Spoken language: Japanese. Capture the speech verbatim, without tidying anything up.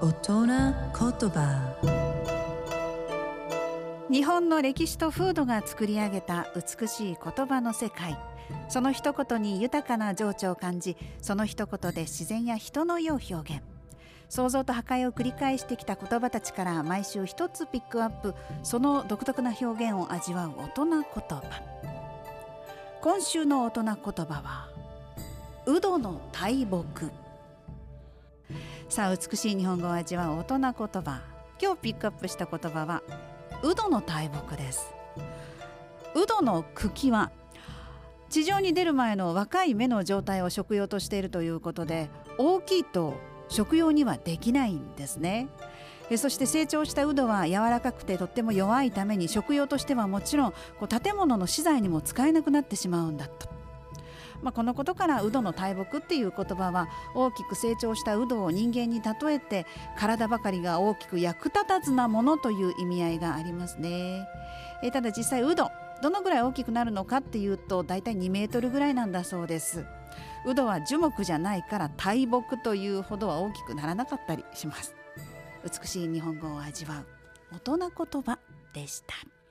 大人言葉。 日本の歴史と風土が作り上げた美しい言葉の世界。その一言に豊かな情緒を感じ、その一言で自然や人の世を表現。創造と破壊を繰り返してきた言葉たちから毎週一つピックアップ、その独特な表現を味わう大人言葉。今週の大人言葉はウドの大木。さあ、美しい日本語を味わう大人言葉。今日ピックアップした言葉はウドの大木です。ウドの茎は地上に出る前の若い芽の状態を食用としているということで、大きいと食用にはできないんですね。えそして成長したウドは柔らかくてとっても弱いために、食用としてはもちろんこう建物の資材にも使えなくなってしまうんだと。まあ、このことからウドの大木っていう言葉は、大きく成長したウドを人間に例えて、体ばかりが大きく役立たずなものという意味合いがありますね。えただ実際ウドどのぐらい大きくなるのかっていうと、だいたいにメートルぐらいなんだそうです。ウドは樹木じゃないから大木というほどは大きくならなかったりします。美しい日本語を味わう大人言葉でした。